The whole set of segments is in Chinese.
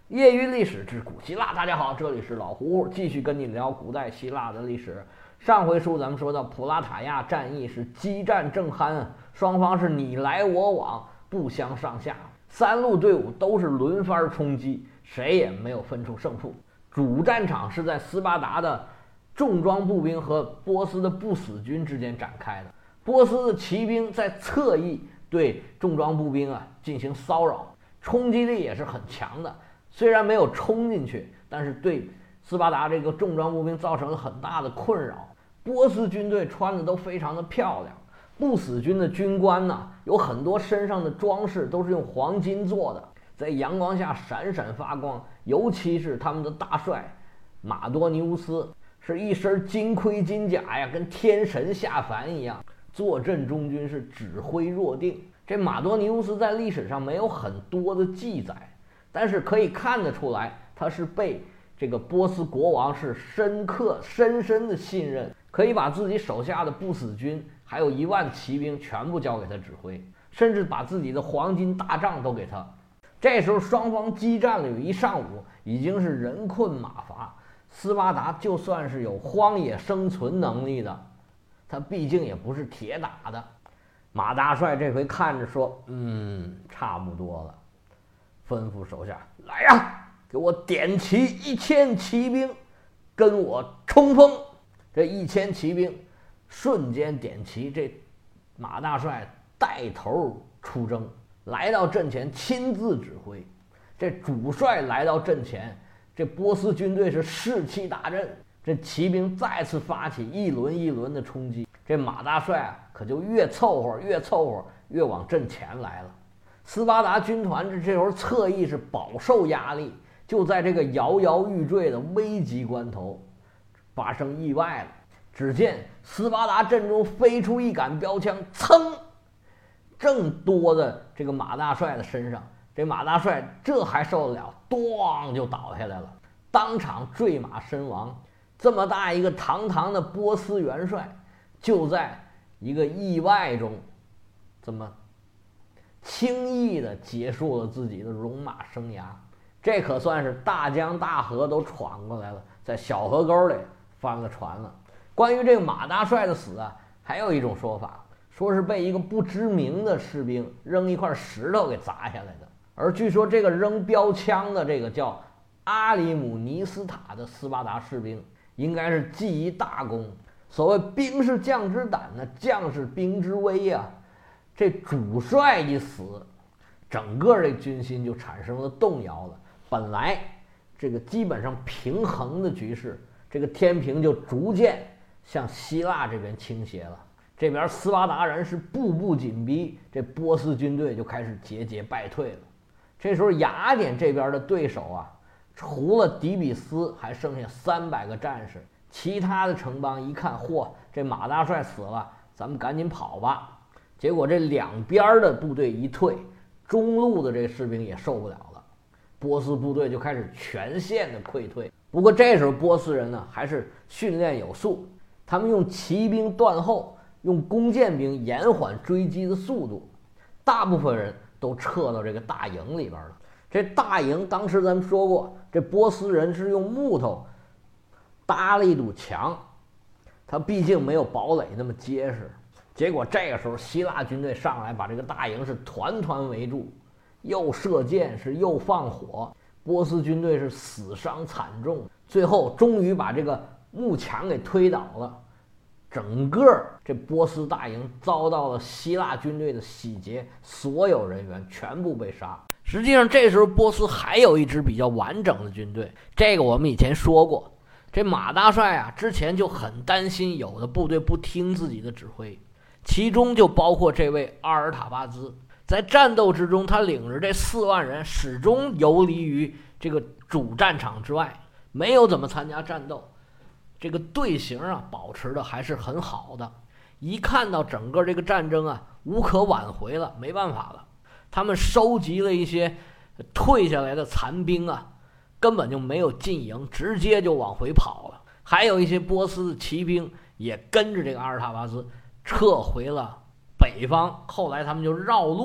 业余历史之古希腊，大家好，这里是老胡胡，继续跟你聊古代希腊的历史。上回书咱们说到普拉塔亚战役是激战正酣，双方是你来我往，不相上下，三路队伍都是轮番冲击，谁也没有分出胜负。主战场是在斯巴达的重装步兵和波斯的不死军之间展开的。波斯的骑兵在侧翼对重装步兵进行骚扰，冲击力也是很强的。虽然没有冲进去，但是对斯巴达这个重装步兵造成了很大的困扰。波斯军队穿的都非常的漂亮，不死军的军官有很多身上的装饰都是用黄金做的，在阳光下闪闪发光。尤其是他们的大帅马多尼乌斯，是一身金盔金甲呀，跟天神下凡一样，坐镇中军是指挥若定。这马多尼乌斯在历史上没有很多的记载，但是可以看得出来，他是被这个波斯国王是深深的信任，可以把自己手下的不死军还有1万骑兵全部交给他指挥，甚至把自己的黄金大帐都给他。这时候双方激战了有一上午，已经是人困马乏。斯巴达就算是有荒野生存能力的，他毕竟也不是铁打的。马大帅这回看着说，差不多了，吩咐手下来呀，给我点齐1000骑兵，跟我冲锋。这1000骑兵瞬间点齐，这马大帅带头出征，来到阵前亲自指挥。这主帅来到阵前，这波斯军队是士气大振，这骑兵再次发起一轮一轮的冲击。这马大帅可就越凑合越往阵前来了。斯巴达军团这时候侧翼是饱受压力，就在这个摇摇欲坠的危急关头发生意外了。只见斯巴达阵中飞出一杆标枪，噌，正多在这个马大帅的身上。这马大帅这还受得了，咣就倒下来了，当场坠马身亡。这么大一个堂堂的波斯元帅，就在一个意外中这么轻易地结束了自己的戎马生涯。这可算是大江大河都闯过来了，在小河沟里翻了船了。关于这个马大帅的死还有一种说法，说是被一个不知名的士兵扔一块石头给砸下来的。而据说这个扔标枪的这个叫阿里姆尼斯塔的斯巴达士兵，应该是记一大功。所谓兵是将之胆将是兵之威这主帅一死，整个这军心就产生了动摇了。本来这个基本上平衡的局势，这个天平就逐渐向希腊这边倾斜了。这边斯巴达人是步步紧逼，这波斯军队就开始节节败退了。这时候雅典这边的对手除了底比斯还剩下300个战士，其他的城邦一看，嚯，这马大帅死了，咱们赶紧跑吧。结果这两边的部队一退，中路的这士兵也受不了了，波斯部队就开始全线的溃退。不过这时候波斯人还是训练有素，他们用骑兵断后，用弓箭兵延缓追击的速度，大部分人都撤到这个大营里边了。这大营当时咱们说过，这波斯人是用木头搭了一堵墙，它毕竟没有堡垒那么结实。结果这个时候希腊军队上来，把这个大营是团团围住，又射箭是又放火，波斯军队是死伤惨重，最后终于把这个木墙给推倒了。整个这波斯大营遭到了希腊军队的洗劫，所有人员全部被杀。实际上这时候波斯还有一支比较完整的军队，这个我们以前说过，这马大帅之前就很担心有的部队不听自己的指挥，其中就包括这位阿尔塔巴兹。在战斗之中，他领着这4万人始终游离于这个主战场之外，没有怎么参加战斗。这个队形保持的还是很好的。一看到整个这个战争无可挽回了，没办法了，他们收集了一些退下来的残兵根本就没有进营，直接就往回跑了。还有一些波斯的骑兵也跟着这个阿尔塔巴兹撤回了北方，后来他们就绕路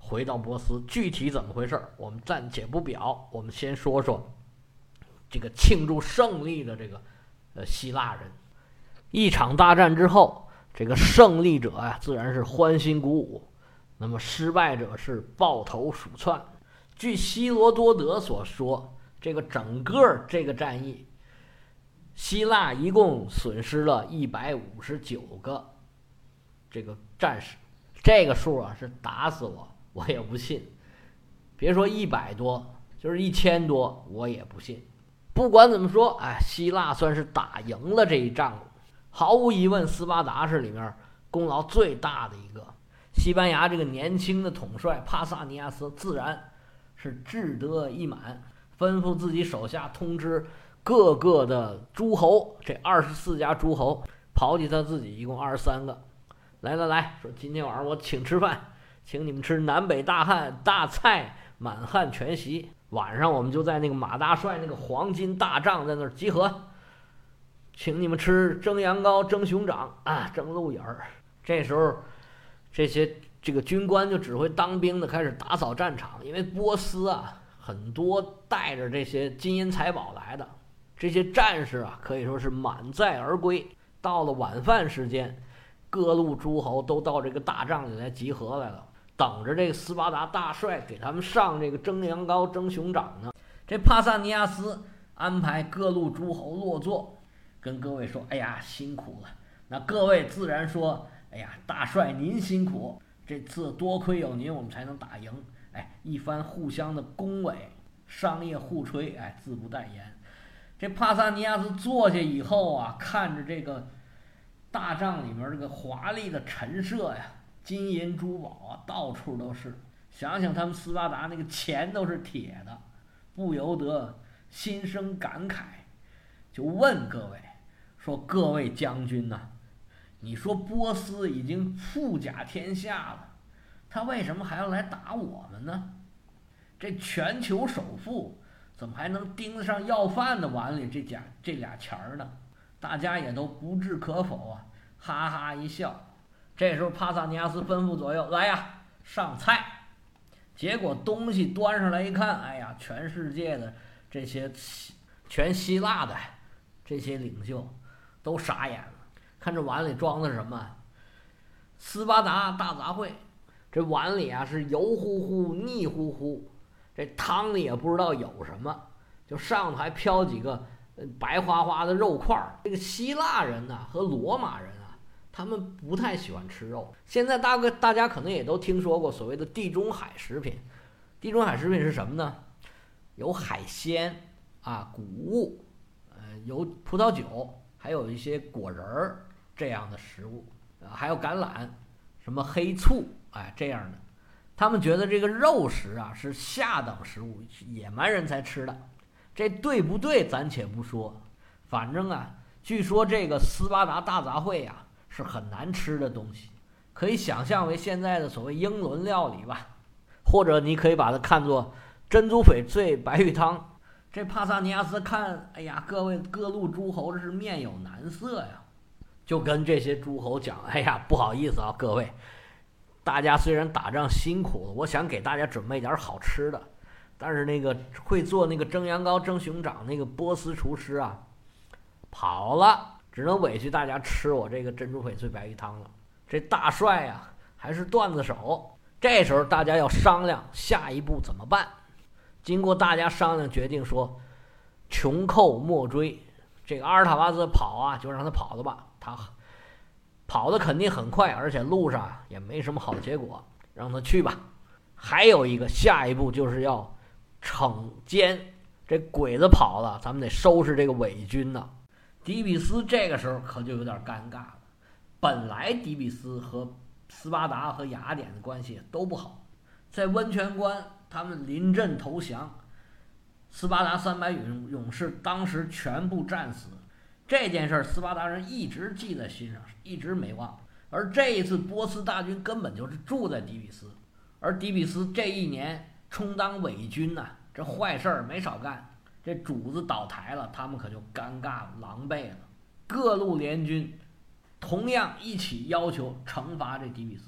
回到波斯，具体怎么回事我们暂且不表，我们先说说这个庆祝胜利的这个希腊人。一场大战之后，这个胜利者呀，自然是欢欣鼓舞，那么失败者是抱头鼠窜。据希罗多德所说，这个整个这个战役，希腊一共损失了159个这个战士，这个数啊是打死我也不信。别说100多，就是1000多，我也不信。不管怎么说，希腊算是打赢了这一仗。毫无疑问，斯巴达是里面功劳最大的一个。西班牙这个年轻的统帅帕萨尼亚斯自然是志得意满，吩咐自己手下通知各个的诸侯，这24家诸侯刨去他自己一共23个，来，说今天晚上我请吃饭，请你们吃南北大汉大菜满汉全席，晚上我们就在那个马大帅那个黄金大帐在那儿集合，请你们吃蒸羊羔、蒸熊掌蒸鹿眼儿。这时候这个军官就指挥当兵的开始打扫战场，因为波斯很多带着这些金银财宝来的，这些战士可以说是满载而归。到了晚饭时间，各路诸侯都到这个大帐里来集合来了，等着这个斯巴达大帅给他们上这个蒸羊羔、蒸熊掌呢。这帕萨尼亚斯安排各路诸侯落座，跟各位说：“哎呀，辛苦了。”那各位自然说：“哎呀，大帅您辛苦，这次多亏有您，我们才能打赢。”一番互相的恭维，商业互吹，自不待言。这帕萨尼亚斯坐下以后看着这个大帐里面这个华丽的陈设呀，金银珠宝到处都是。想想他们斯巴达那个钱都是铁的，不由得心生感慨，就问各位说：“各位将军呐，你说波斯已经富甲天下了，他为什么还要来打我们呢？这全球首富怎么还能盯得上要饭的碗里这俩钱儿呢？”大家也都不置可否哈哈一笑。这时候帕萨尼亚斯吩咐左右：“来呀，上菜。”结果东西端上来一看，全世界的这些全希腊的这些领袖都傻眼了，看这碗里装的是什么？斯巴达大杂烩。这碗里是油乎乎腻乎乎，这汤里也不知道有什么，就上头还飘几个白花花的肉块。这个希腊人和罗马人他们不太喜欢吃肉。现在大家可能也都听说过所谓的地中海食品。地中海食品是什么呢？有海鲜谷物，有葡萄酒，还有一些果仁儿这样的食物，还有橄榄，什么黑醋这样的。他们觉得这个肉食是下等食物，野蛮人才吃的。这对不对咱且不说，反正据说这个斯巴达大杂烩是很难吃的东西，可以想象为现在的所谓英伦料理吧，或者你可以把它看作珍珠翡翠白玉汤。这帕萨尼亚斯看，各位各路诸侯这是面有难色呀，就跟这些诸侯讲：“不好意思各位，大家虽然打仗辛苦了，我想给大家准备点好吃的，但是那个会做那个蒸羊羔、蒸熊掌那个波斯厨师跑了。”只能委屈大家吃我这个珍珠翡翠白玉汤了。这大帅还是段子手。这时候大家要商量下一步怎么办。经过大家商量，决定说穷寇莫追。这个阿尔塔巴兹跑就让他跑了吧，他跑得肯定很快，而且路上也没什么好结果，让他去吧。还有一个下一步就是要惩奸，这鬼子跑了，咱们得收拾这个伪军呢。底比斯这个时候可就有点尴尬了。本来底比斯和斯巴达和雅典的关系都不好，在温泉关他们临阵投降，斯巴达300勇士当时全部战死。这件事斯巴达人一直记在心上，一直没忘。而这一次波斯大军根本就是住在底比斯，而底比斯这一年充当伪军这坏事儿没少干。这主子倒台了，他们可就尴尬了，狼狈了。各路联军同样一起要求惩罚这底比斯。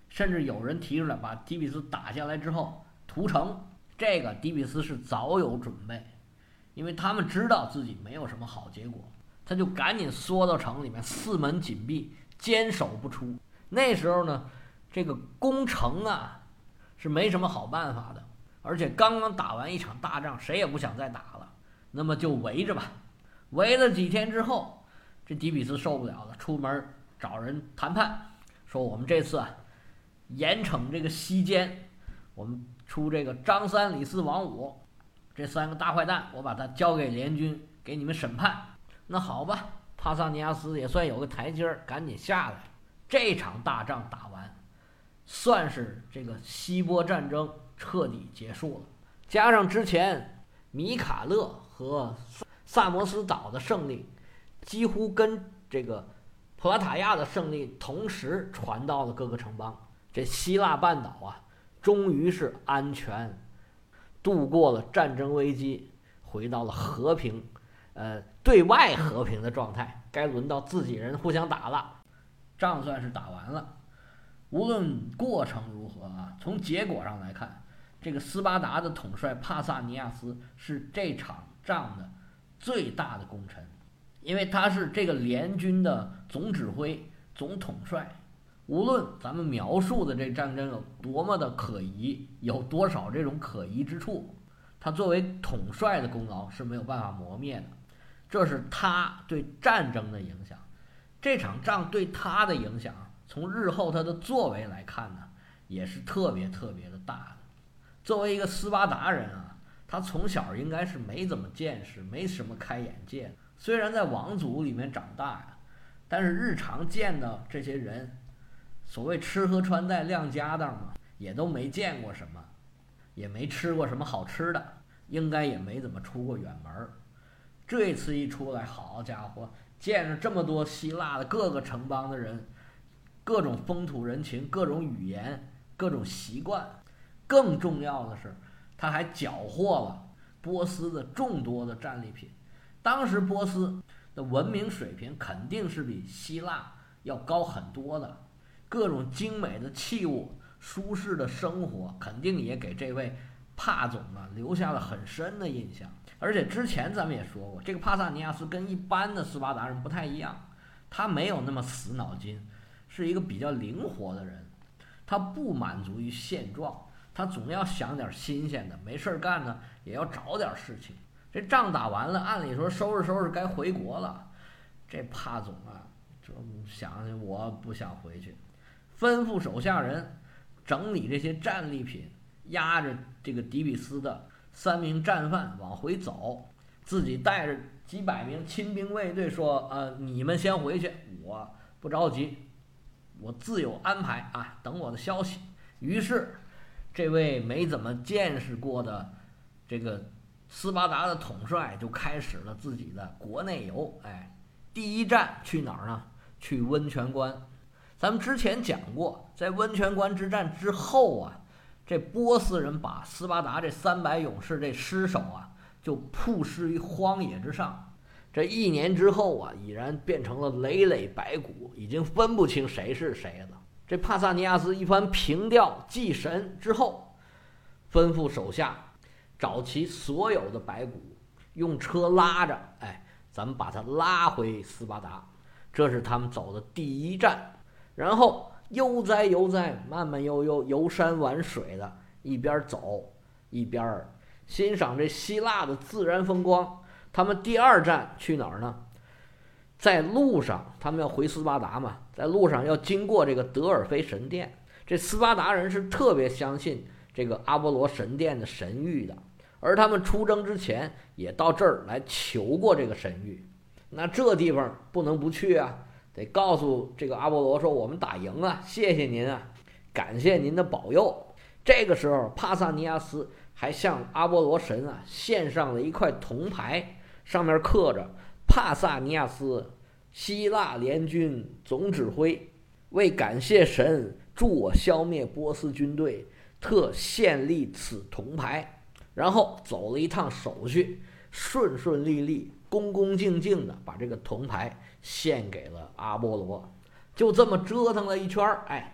甚至有人提出来把底比斯打下来之后屠城。这个底比斯是早有准备，因为他们知道自己没有什么好结果，他就赶紧缩到城里面，四门紧闭，坚守不出。那时候呢，这个攻城啊是没什么好办法的，而且刚刚打完一场大仗，谁也不想再打了，那么就围着吧。围了几天之后，这底比斯受不了了，出门找人谈判，说我们这次啊严惩这个西奸，我们出这个张三李四王五这3个大坏蛋，我把他交给联军给你们审判。那好吧，帕萨尼亚斯也算有个台阶儿，赶紧下来。这场大仗打完，算是这个希波战争彻底结束了。加上之前米卡勒和萨摩斯岛的胜利，几乎跟这个普拉塔亚的胜利同时传到了各个城邦，这希腊半岛啊终于是安全度过了战争危机，回到了和平对外和平的状态，该轮到自己人互相打了。仗算是打完了。无论过程如何啊，从结果上来看，这个斯巴达的统帅帕萨尼亚斯是这场仗的最大的功臣，因为他是这个联军的总指挥、总统帅。无论咱们描述的这战争有多么的可疑，有多少这种可疑之处，他作为统帅的功劳是没有办法磨灭的。这是他对战争的影响，这场仗对他的影响，从日后他的作为来看呢，也是特别特别的大的。作为一个斯巴达人啊，他从小应该是没怎么见识，没什么开眼界。虽然在王族里面长大呀，但是日常见到这些人，所谓吃喝穿戴亮家当嘛，也都没见过什么，也没吃过什么好吃的，应该也没怎么出过远门。这次一出来，好家伙，见着这么多希腊的各个城邦的人，各种风土人情，各种语言，各种习惯。更重要的是，他还缴获了波斯的众多的战利品。当时波斯的文明水平肯定是比希腊要高很多的，各种精美的器物、舒适的生活，肯定也给这位帕总啊留下了很深的印象。而且之前咱们也说过，这个帕萨尼亚斯跟一般的斯巴达人不太一样，他没有那么死脑筋，是一个比较灵活的人。他不满足于现状，他总要想点新鲜的，没事干呢也要找点事情。这仗打完了，按理说收拾收拾该回国了，这帕总啊这想想我不想回去，吩咐手下人整理这些战利品，押着这个底比斯的3名战犯往回走，自己带着几百名亲兵卫队说你们先回去，我不着急，我自有安排啊，等我的消息。于是这位没怎么见识过的这个斯巴达的统帅就开始了自己的国内游。第一站去哪儿呢？去温泉关。咱们之前讲过，在温泉关之战之后啊，这波斯人把斯巴达这300勇士这尸首啊就曝尸于荒野之上。这1年之后啊，已然变成了累累白骨，已经分不清谁是谁了。这帕萨尼亚斯一番凭吊祭神之后，吩咐手下找齐所有的白骨，用车拉着，咱们把他拉回斯巴达。这是他们走的第一站。然后悠哉悠哉，慢慢悠悠，游山玩水的，一边走一边欣赏这希腊的自然风光。他们第2站去哪儿呢？在路上，他们要回斯巴达嘛，在路上要经过这个德尔菲神殿。这斯巴达人是特别相信这个阿波罗神殿的神谕的，而他们出征之前也到这儿来求过这个神谕。那这地方不能不去啊，得告诉这个阿波罗说我们打赢了，谢谢您啊，感谢您的保佑。这个时候帕萨尼亚斯还向阿波罗神啊献上了一块铜牌，上面刻着帕萨尼亚斯希腊联军总指挥，为感谢神助我消灭波斯军队，特献立此铜牌。然后走了一趟手续，顺顺利利，恭恭敬敬的把这个铜牌献给了阿波罗。就这么折腾了一圈，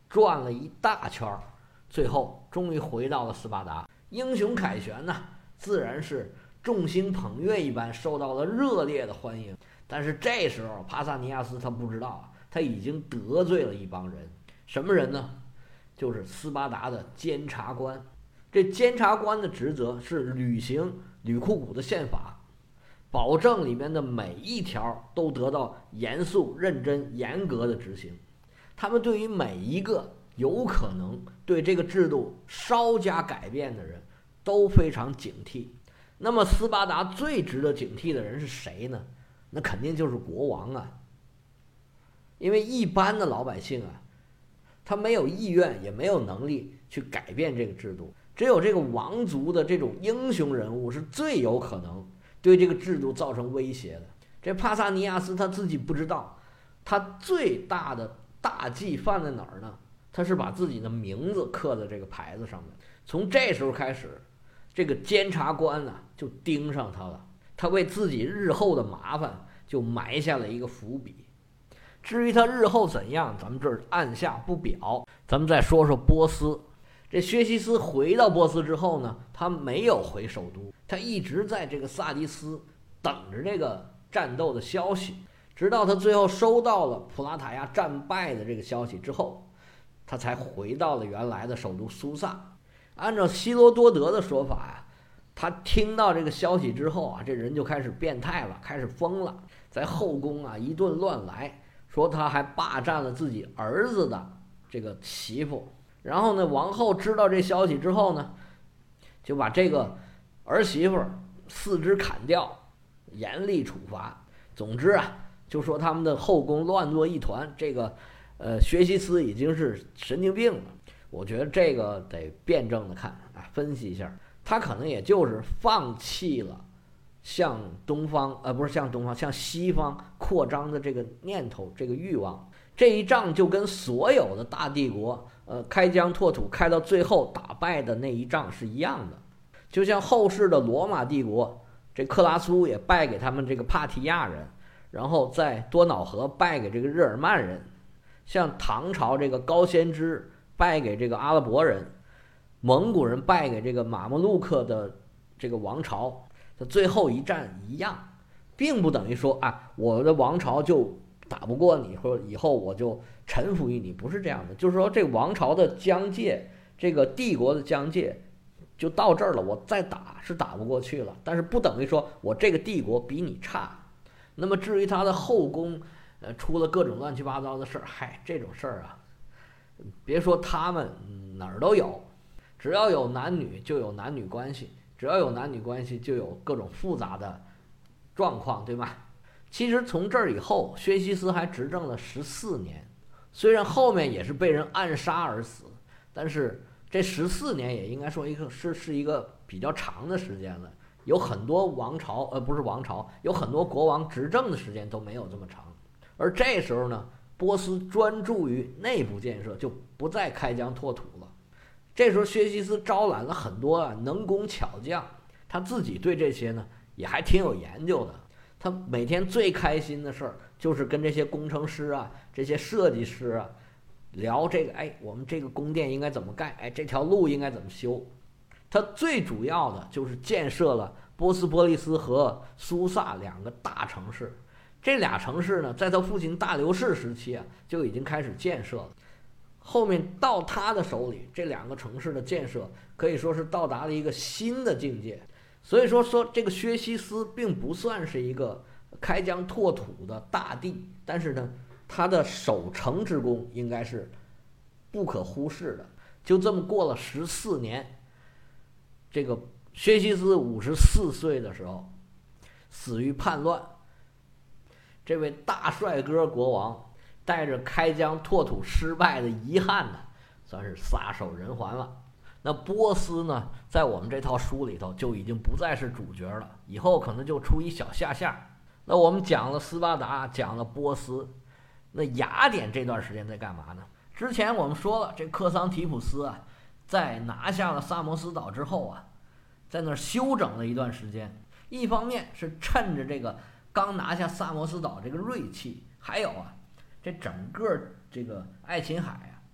转了一大圈，最后终于回到了斯巴达。英雄凯旋呢，自然是众星捧月一般受到了热烈的欢迎。但是这时候帕萨尼亚斯他不知道啊，他已经得罪了一帮人。什么人呢？就是斯巴达的监察官。这监察官的职责是履行吕库古的宪法，保证里面的每一条都得到严肃、认真、严格的执行。他们对于每一个有可能对这个制度稍加改变的人都非常警惕。那么斯巴达最值得警惕的人是谁呢？那肯定就是国王啊。因为一般的老百姓啊，他没有意愿也没有能力去改变这个制度，只有这个王族的这种英雄人物是最有可能对这个制度造成威胁的。这帕萨尼亚斯他自己不知道，他最大的大忌犯在哪儿呢？他是把自己的名字刻在这个牌子上面。从这时候开始，这个监察官呢就盯上他了，他为自己日后的麻烦就埋下了一个伏笔。至于他日后怎样，咱们这儿按下不表。咱们再说说波斯。这薛西斯回到波斯之后呢，他没有回首都，他一直在这个萨迪斯等着这个战斗的消息，直到他最后收到了普拉塔亚战败的这个消息之后，他才回到了原来的首都苏萨。按照希罗多德的说法呀，他听到这个消息之后啊，这人就开始变态了，开始疯了，在后宫啊一顿乱来，说他还霸占了自己儿子的这个媳妇。然后呢，王后知道这消息之后呢，就把这个儿媳妇四肢砍掉，严厉处罚。总之啊，就说他们的后宫乱作一团，这个薛西斯已经是神经病了。我觉得这个得辩证的看啊，分析一下，他可能也就是放弃了向东方不是向东方，向西方扩张的这个念头，这个欲望。这一仗就跟所有的大帝国开疆拓土开到最后打败的那一仗是一样的。就像后世的罗马帝国，这克拉苏也败给他们这个帕提亚人，然后在多瑙河败给这个日耳曼人，像唐朝这个高仙芝败给这个阿拉伯人，蒙古人败给这个马穆鲁克的这个王朝的最后一战一样，并不等于说啊，我的王朝就打不过你，或者以后我就臣服于你，不是这样的。就是说这王朝的疆界，这个帝国的疆界就到这儿了，我再打是打不过去了，但是不等于说我这个帝国比你差。那么至于他的后宫出了各种乱七八糟的事儿，嗨，这种事儿啊，别说他们哪儿都有，只要有男女就有男女关系，只要有男女关系就有各种复杂的状况，对吧？其实从这儿以后，薛西斯还执政了14年，虽然后面也是被人暗杀而死，但是这14年也应该说是一个比较长的时间了。有很多王朝不是王朝，有很多国王执政的时间都没有这么长。而这时候呢，波斯专注于内部建设，就不再开疆拓土了。这时候薛西斯招揽了很多能工巧匠，他自己对这些呢也还挺有研究的。他每天最开心的事儿就是跟这些工程师啊、这些设计师啊聊这个，我们这个宫殿应该怎么盖，这条路应该怎么修。他最主要的就是建设了波斯波利斯和苏萨2个大城市。这俩城市呢，在他父亲大流士时期啊就已经开始建设了。后面到他的手里，这2个城市的建设可以说是到达了一个新的境界。所以说这个薛西斯并不算是一个开疆拓土的大帝，但是呢，他的守城之功应该是不可忽视的。就这么过了14年，这个薛西斯54岁的时候死于叛乱。这位大帅哥国王带着开疆拓土失败的遗憾呢，算是撒手人寰了。那波斯呢，在我们这套书里头就已经不再是主角了，以后可能就出一小下下。那我们讲了斯巴达，讲了波斯，那雅典这段时间在干嘛呢？之前我们说了，这克桑提普斯啊，在拿下了萨摩斯岛之后啊，在那儿休整了一段时间。一方面是趁着这个刚拿下萨摩斯岛这个锐气，还有啊，这整个这个爱琴海啊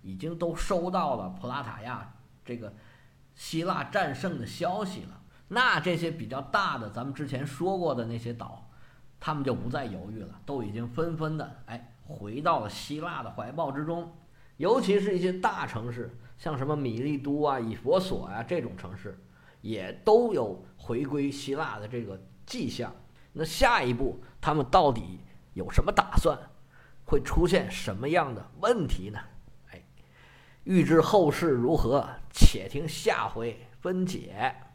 已经都收到了普拉塔亚这个希腊战胜的消息了。那这些比较大的，咱们之前说过的那些岛，他们就不再犹豫了，都已经纷纷的回到了希腊的怀抱之中。尤其是一些大城市，像什么米利都啊、以弗所啊这种城市，也都有回归希腊的这个迹象。那下一步他们到底有什么打算？会出现什么样的问题呢？预知后事如何，且听下回分解。